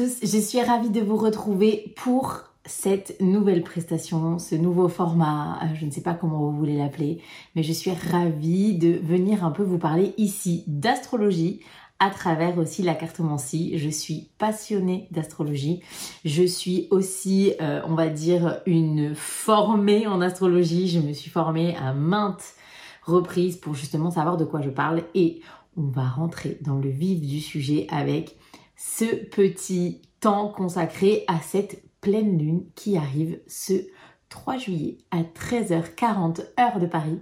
tous, je suis ravie de vous retrouver pour cette nouvelle prestation, ce nouveau format, je ne sais pas comment vous voulez l'appeler, mais je suis ravie de venir un peu vous parler ici d'astrologie à travers aussi la cartomancie. Je suis passionnée d'astrologie, je suis aussi, on va dire, une formée en astrologie, je me suis formée à maintes reprises pour justement savoir de quoi je parle et on va rentrer dans le vif du sujet avec ce petit temps consacré à cette pleine lune qui arrive ce 3 juillet à 13h40 heure de Paris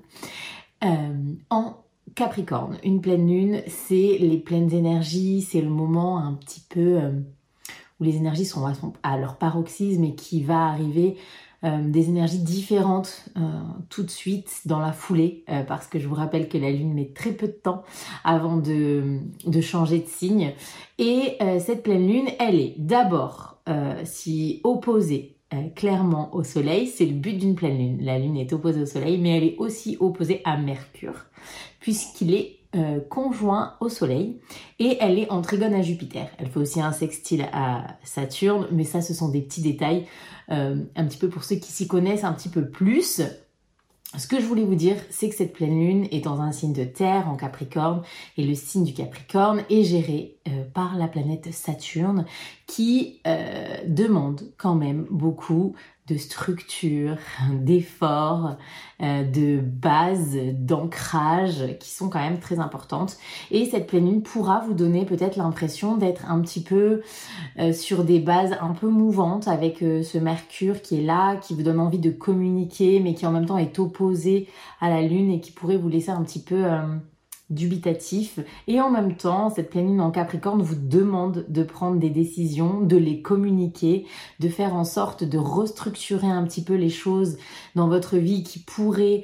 en Capricorne. Une pleine lune, c'est les pleines énergies, c'est le moment un petit peu où les énergies sont à leur paroxysme et qui va arriver des énergies différentes tout de suite dans la foulée parce que je vous rappelle que la lune met très peu de temps avant de changer de signe et cette pleine lune elle est d'abord si opposée clairement au soleil, c'est le but d'une pleine lune. La lune est opposée au soleil mais elle est aussi opposée à Mercure puisqu'il est conjoint au soleil et elle est en trigone à Jupiter. Elle fait aussi un sextile à Saturne, mais ça ce sont des petits détails un petit peu pour ceux qui s'y connaissent un petit peu plus. Ce que je voulais vous dire, c'est que cette pleine lune est dans un signe de terre en Capricorne et le signe du Capricorne est géré par la planète Saturne qui demande quand même beaucoup de structure, d'efforts, de bases, d'ancrage qui sont quand même très importantes. Et cette pleine lune pourra vous donner peut-être l'impression d'être un petit peu sur des bases un peu mouvantes avec ce Mercure qui est là, qui vous donne envie de communiquer mais qui en même temps est opposé à la lune et qui pourrait vous laisser un petit peu dubitatif. Et en même temps, cette pleine lune en Capricorne vous demande de prendre des décisions, de les communiquer, de faire en sorte de restructurer un petit peu les choses dans votre vie qui pourraient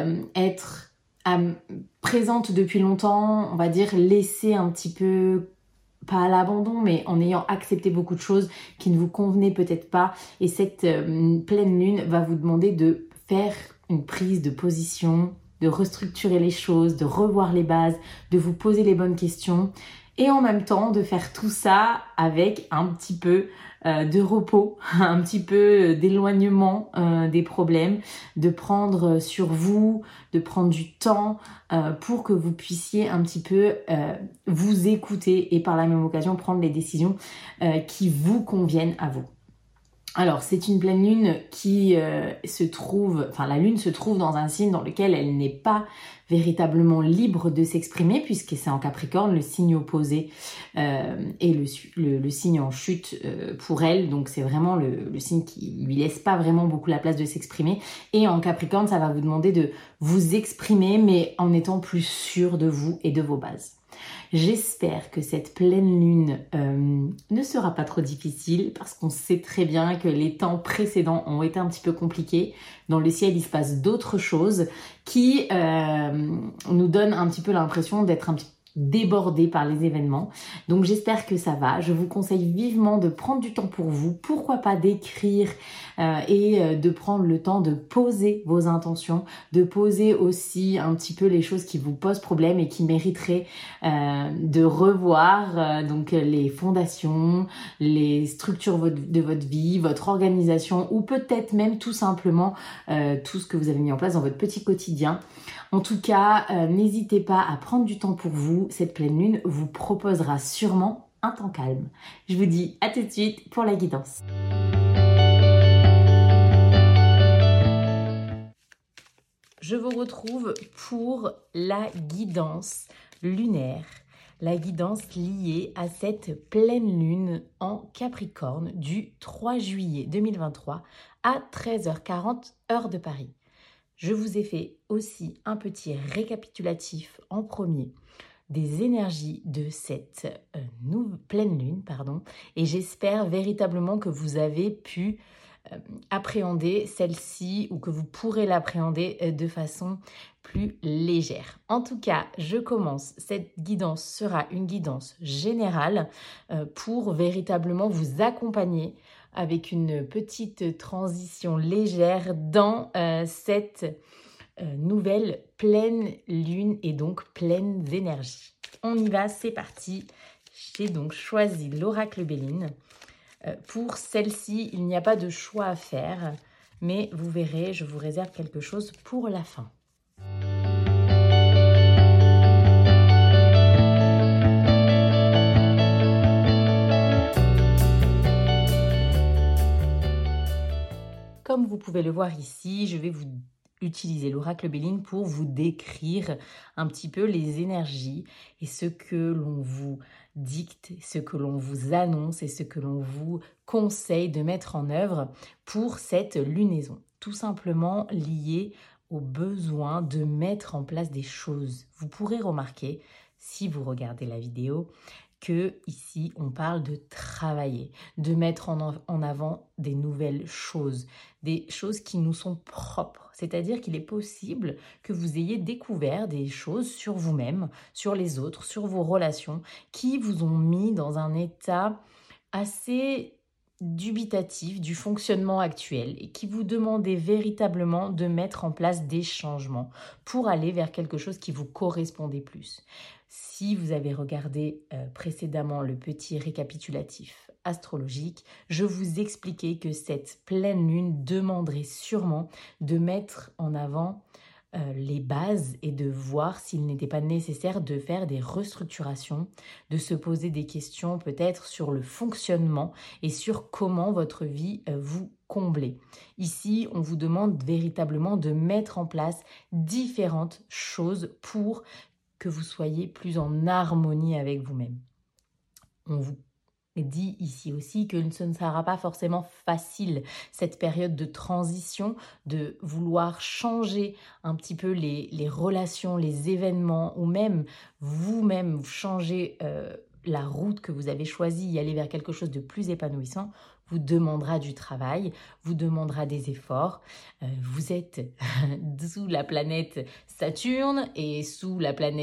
être présentes depuis longtemps, on va dire laissées un petit peu pas à l'abandon, mais en ayant accepté beaucoup de choses qui ne vous convenaient peut-être pas. Et cette pleine lune va vous demander de faire une prise de position, de restructurer les choses, de revoir les bases, de vous poser les bonnes questions et en même temps de faire tout ça avec un petit peu de repos, un petit peu d'éloignement des problèmes, de prendre sur vous, de prendre du temps pour que vous puissiez un petit peu vous écouter et par la même occasion prendre les décisions qui vous conviennent à vous. Alors, c'est une pleine lune qui la lune se trouve dans un signe dans lequel elle n'est pas véritablement libre de s'exprimer puisque c'est en Capricorne, le signe opposé et le signe en chute pour elle. Donc, c'est vraiment le signe qui lui laisse pas vraiment beaucoup la place de s'exprimer. Et en Capricorne, ça va vous demander de vous exprimer mais en étant plus sûr de vous et de vos bases. J'espère que cette pleine lune ne sera pas trop difficile parce qu'on sait très bien que les temps précédents ont été un petit peu compliqués. Dans le ciel, il se passe d'autres choses qui nous donnent un petit peu l'impression d'être un petit peu débordé par les événements. Donc j'espère que ça va. Je vous conseille vivement de prendre du temps pour vous. Pourquoi pas d'écrire et de prendre le temps de poser vos intentions, de poser aussi un petit peu les choses qui vous posent problème et qui mériteraient de revoir donc les fondations, les structures de votre vie, votre organisation ou peut-être même tout simplement tout ce que vous avez mis en place dans votre petit quotidien. En tout cas, n'hésitez pas à prendre du temps pour vous. Cette pleine lune vous proposera sûrement un temps calme. Je vous dis à tout de suite pour la guidance. Je vous retrouve pour la guidance lunaire, la guidance liée à cette pleine lune en Capricorne du 3 juillet 2023 à 13h40 heure de Paris. Je vous ai fait aussi un petit récapitulatif en premier des énergies de cette pleine lune, et j'espère véritablement que vous avez pu appréhender celle-ci ou que vous pourrez l'appréhender de façon plus légère. En tout cas, je commence. Cette guidance sera une guidance générale pour véritablement vous accompagner avec une petite transition légère dans cette nouvelle pleine lune et donc pleine d'énergie. On y va, c'est parti. J'ai donc choisi l'oracle Béline Pour celle-ci, il n'y a pas de choix à faire, mais vous verrez, je vous réserve quelque chose pour la fin. Comme vous pouvez le voir ici, je vais vous utiliser l'oracle Béline pour vous décrire un petit peu les énergies et ce que l'on vous dicte, ce que l'on vous annonce et ce que l'on vous conseille de mettre en œuvre pour cette lunaison. Tout simplement lié au besoin de mettre en place des choses. Vous pourrez remarquer, si vous regardez la vidéo, que ici on parle de travailler, de mettre en avant des nouvelles choses, des choses qui nous sont propres. C'est-à-dire qu'il est possible que vous ayez découvert des choses sur vous-même, sur les autres, sur vos relations, qui vous ont mis dans un état assez dubitatif du fonctionnement actuel et qui vous demandez véritablement de mettre en place des changements pour aller vers quelque chose qui vous correspondait plus. Si vous avez regardé précédemment le petit récapitulatif astrologique, je vous expliquais que cette pleine lune demanderait sûrement de mettre en avant les bases et de voir s'il n'était pas nécessaire de faire des restructurations, de se poser des questions peut-être sur le fonctionnement et sur comment votre vie vous comblez. Ici, on vous demande véritablement de mettre en place différentes choses pour que vous soyez plus en harmonie avec vous-même. On vous dit ici aussi que ce ne sera pas forcément facile, cette période de transition, de vouloir changer un petit peu les relations, les événements, ou même vous-même changer la route que vous avez choisie et aller vers quelque chose de plus épanouissant, vous demandera du travail, vous demandera des efforts. Vous êtes sous la planète Saturne et sous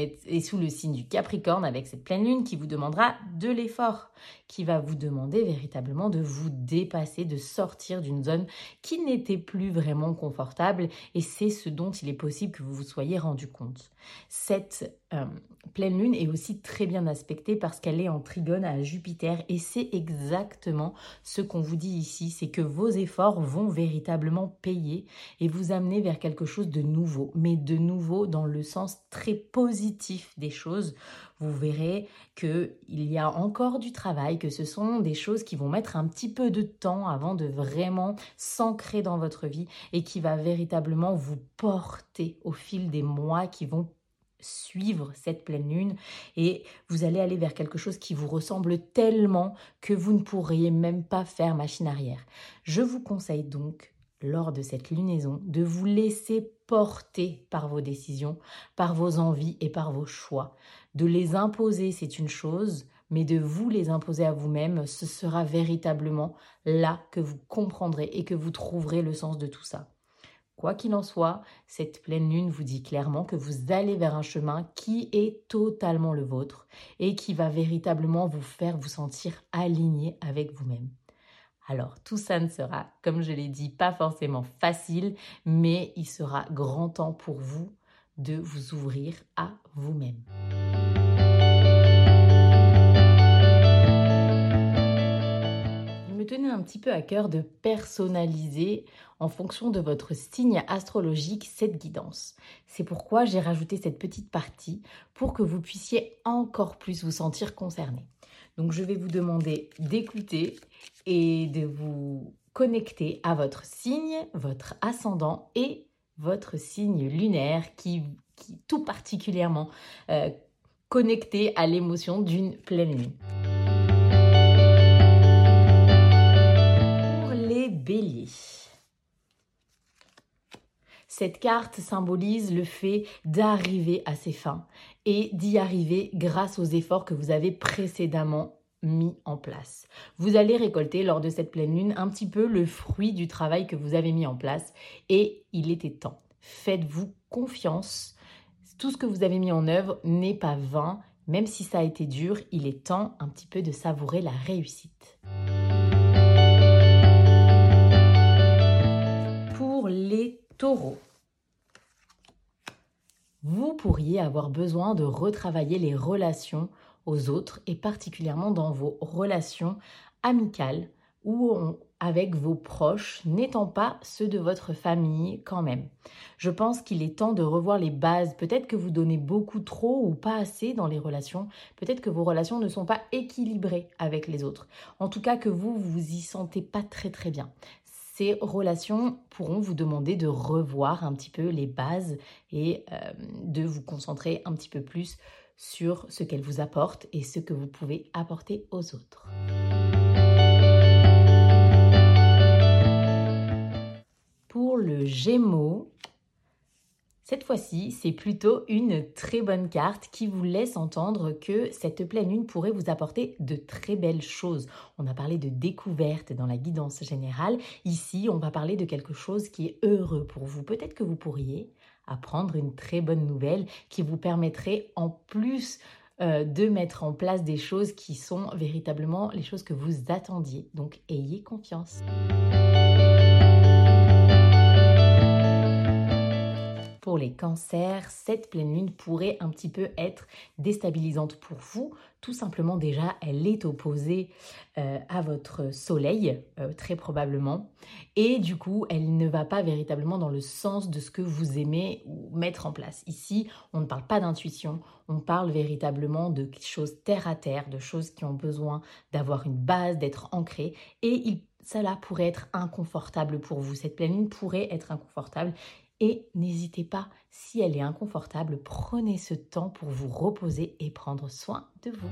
le signe du Capricorne avec cette pleine lune qui vous demandera de l'effort, qui va vous demander véritablement de vous dépasser, de sortir d'une zone qui n'était plus vraiment confortable, et c'est ce dont il est possible que vous vous soyez rendu compte. Cette pleine lune est aussi très bien aspectée parce qu'elle est en trigone à Jupiter, et c'est exactement ce qu'on vous dit ici, c'est que vos efforts vont véritablement payer et vous amener vers quelque chose de nouveau, mais de nouveau dans le sens très positif des choses. Vous verrez qu'il y a encore du travail, que ce sont des choses qui vont mettre un petit peu de temps avant de vraiment s'ancrer dans votre vie et qui va véritablement vous porter au fil des mois qui vont suivre cette pleine lune, et vous allez aller vers quelque chose qui vous ressemble tellement que vous ne pourriez même pas faire machine arrière. Je vous conseille donc, lors de cette lunaison, de vous laisser porter par vos décisions, par vos envies et par vos choix. De les imposer, c'est une chose, mais de vous les imposer à vous-même, ce sera véritablement là que vous comprendrez et que vous trouverez le sens de tout ça. Quoi qu'il en soit, cette pleine lune vous dit clairement que vous allez vers un chemin qui est totalement le vôtre et qui va véritablement vous faire vous sentir aligné avec vous-même. Alors, tout ça ne sera, comme je l'ai dit, pas forcément facile, mais il sera grand temps pour vous de vous ouvrir à vous-même. Me tenait un petit peu à cœur de personnaliser en fonction de votre signe astrologique cette guidance. C'est pourquoi j'ai rajouté cette petite partie pour que vous puissiez encore plus vous sentir concerné. Donc je vais vous demander d'écouter et de vous connecter à votre signe, votre ascendant et votre signe lunaire qui tout particulièrement connecté à l'émotion d'une pleine lune. Bélier. Cette carte symbolise le fait d'arriver à ses fins et d'y arriver grâce aux efforts que vous avez précédemment mis en place. Vous allez récolter lors de cette pleine lune un petit peu le fruit du travail que vous avez mis en place, et il était temps. Faites-vous confiance. Tout ce que vous avez mis en œuvre n'est pas vain. Même si ça a été dur, il est temps un petit peu de savourer la réussite. Les taureaux. Vous pourriez avoir besoin de retravailler les relations aux autres et particulièrement dans vos relations amicales, avec vos proches, n'étant pas ceux de votre famille quand même. Je pense qu'il est temps de revoir les bases. Peut-être que vous donnez beaucoup trop ou pas assez dans les relations. Peut-être que vos relations ne sont pas équilibrées avec les autres. En tout cas, que vous y sentez pas très très bien. Ces relations pourront vous demander de revoir un petit peu les bases et de vous concentrer un petit peu plus sur ce qu'elles vous apportent et ce que vous pouvez apporter aux autres. Pour le Gémeaux, cette fois-ci, c'est plutôt une très bonne carte qui vous laisse entendre que cette pleine lune pourrait vous apporter de très belles choses. On a parlé de découverte dans la guidance générale. Ici, on va parler de quelque chose qui est heureux pour vous. Peut-être que vous pourriez apprendre une très bonne nouvelle qui vous permettrait, en plus de mettre en place des choses qui sont véritablement les choses que vous attendiez. Donc, ayez confiance. Pour les cancers, cette pleine lune pourrait un petit peu être déstabilisante pour vous. Tout simplement déjà, elle est opposée à votre soleil, très probablement. Et du coup, elle ne va pas véritablement dans le sens de ce que vous aimez mettre en place. Ici, on ne parle pas d'intuition, on parle véritablement de choses terre à terre, de choses qui ont besoin d'avoir une base, d'être ancrées. Et cela pourrait être inconfortable pour vous. Cette pleine lune pourrait être inconfortable. Et n'hésitez pas, si elle est inconfortable, prenez ce temps pour vous reposer et prendre soin de vous.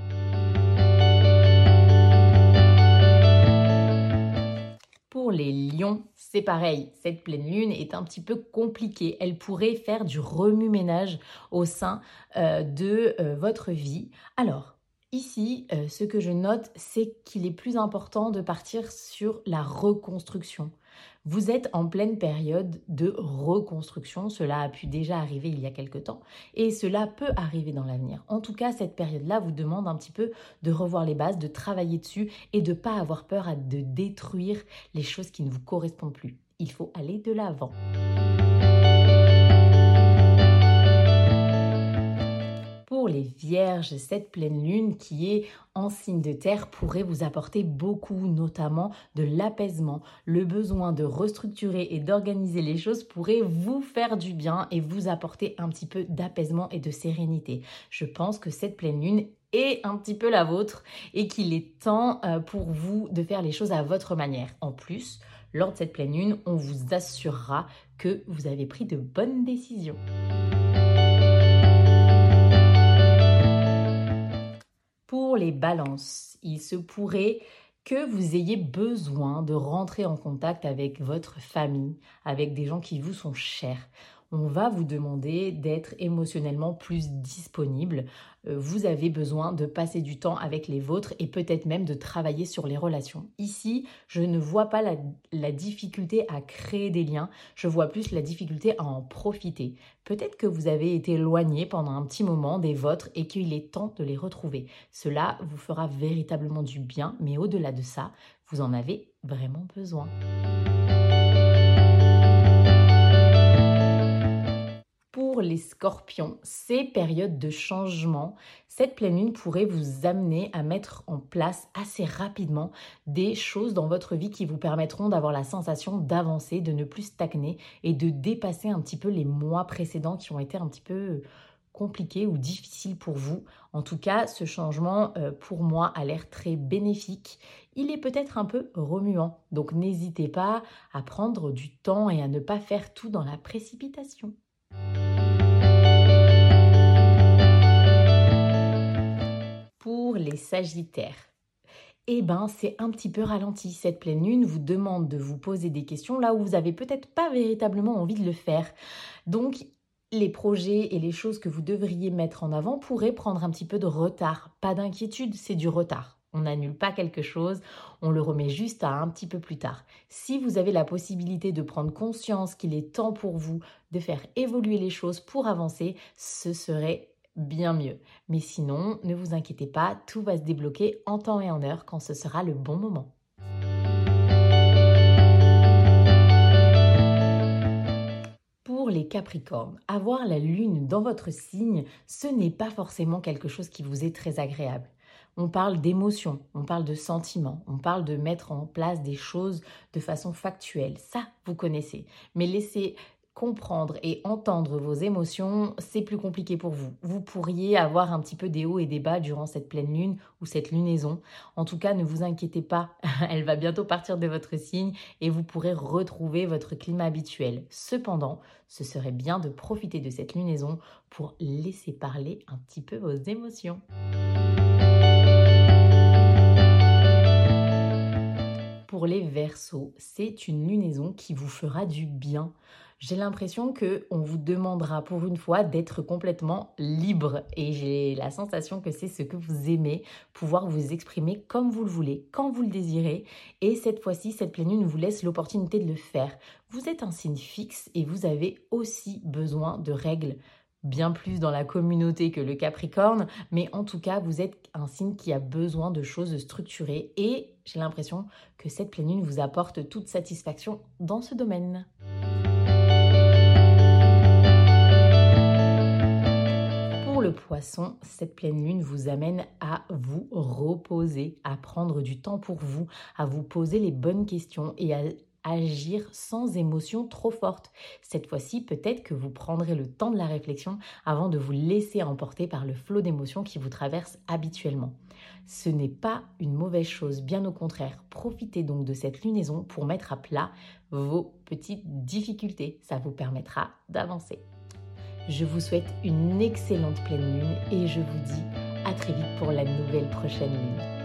Pour les lions, c'est pareil, cette pleine lune est un petit peu compliquée. Elle pourrait faire du remue-ménage au sein de votre vie. Alors, ici, ce que je note, c'est qu'il est plus important de partir sur la reconstruction. Vous êtes en pleine période de reconstruction. Cela a pu déjà arriver il y a quelque temps et cela peut arriver dans l'avenir. En tout cas, cette période-là vous demande un petit peu de revoir les bases, de travailler dessus et de ne pas avoir peur de détruire les choses qui ne vous correspondent plus. Il faut aller de l'avant. Pour les vierges, cette pleine lune qui est en signe de terre pourrait vous apporter beaucoup, notamment de l'apaisement. Le besoin de restructurer et d'organiser les choses pourrait vous faire du bien et vous apporter un petit peu d'apaisement et de sérénité. Je pense que cette pleine lune est un petit peu la vôtre et qu'il est temps pour vous de faire les choses à votre manière. En plus, lors de cette pleine lune, on vous assurera que vous avez pris de bonnes décisions. Pour les balances, il se pourrait que vous ayez besoin de rentrer en contact avec votre famille, avec des gens qui vous sont chers. On va vous demander d'être émotionnellement plus disponible. Vous avez besoin de passer du temps avec les vôtres et peut-être même de travailler sur les relations. Ici, je ne vois pas la difficulté à créer des liens, je vois plus la difficulté à en profiter. Peut-être que vous avez été éloigné pendant un petit moment des vôtres et qu'il est temps de les retrouver. Cela vous fera véritablement du bien, mais au-delà de ça, vous en avez vraiment besoin. Pour les scorpions, ces périodes de changement, cette pleine lune pourrait vous amener à mettre en place assez rapidement des choses dans votre vie qui vous permettront d'avoir la sensation d'avancer, de ne plus stagner et de dépasser un petit peu les mois précédents qui ont été un petit peu compliqués ou difficiles pour vous. En tout cas, ce changement, pour moi, a l'air très bénéfique. Il est peut-être un peu remuant, donc n'hésitez pas à prendre du temps et à ne pas faire tout dans la précipitation. Pour les sagittaires, c'est un petit peu ralenti. Cette pleine lune vous demande de vous poser des questions là où vous n'avez peut-être pas véritablement envie de le faire. Donc, les projets et les choses que vous devriez mettre en avant pourraient prendre un petit peu de retard. Pas d'inquiétude, c'est du retard. On n'annule pas quelque chose, on le remet juste à un petit peu plus tard. Si vous avez la possibilité de prendre conscience qu'il est temps pour vous de faire évoluer les choses pour avancer, ce serait bien mieux. Mais sinon, ne vous inquiétez pas, tout va se débloquer en temps et en heure quand ce sera le bon moment. Pour les Capricornes, avoir la lune dans votre signe, ce n'est pas forcément quelque chose qui vous est très agréable. On parle d'émotions, on parle de sentiments, on parle de mettre en place des choses de façon factuelle. Ça, vous connaissez. Mais laisser comprendre et entendre vos émotions, c'est plus compliqué pour vous. Vous pourriez avoir un petit peu des hauts et des bas durant cette pleine lune ou cette lunaison. En tout cas, ne vous inquiétez pas, elle va bientôt partir de votre signe et vous pourrez retrouver votre climat habituel. Cependant, ce serait bien de profiter de cette lunaison pour laisser parler un petit peu vos émotions. Pour les Verseaux, c'est une lunaison qui vous fera du bien. J'ai l'impression qu'on vous demandera pour une fois d'être complètement libre et j'ai la sensation que c'est ce que vous aimez, pouvoir vous exprimer comme vous le voulez, quand vous le désirez. Et cette fois-ci, cette pleine lune vous laisse l'opportunité de le faire. Vous êtes un signe fixe et vous avez aussi besoin de règles. Bien plus dans la communauté que le Capricorne, mais en tout cas, vous êtes un signe qui a besoin de choses structurées et j'ai l'impression que cette pleine lune vous apporte toute satisfaction dans ce domaine. Pour le Poisson, cette pleine lune vous amène à vous reposer, à prendre du temps pour vous, à vous poser les bonnes questions et à agir sans émotion trop forte. Cette fois-ci, peut-être que vous prendrez le temps de la réflexion avant de vous laisser emporter par le flot d'émotions qui vous traverse habituellement. Ce n'est pas une mauvaise chose, bien au contraire. Profitez donc de cette lunaison pour mettre à plat vos petites difficultés. Ça vous permettra d'avancer. Je vous souhaite une excellente pleine lune et je vous dis à très vite pour la nouvelle prochaine lune.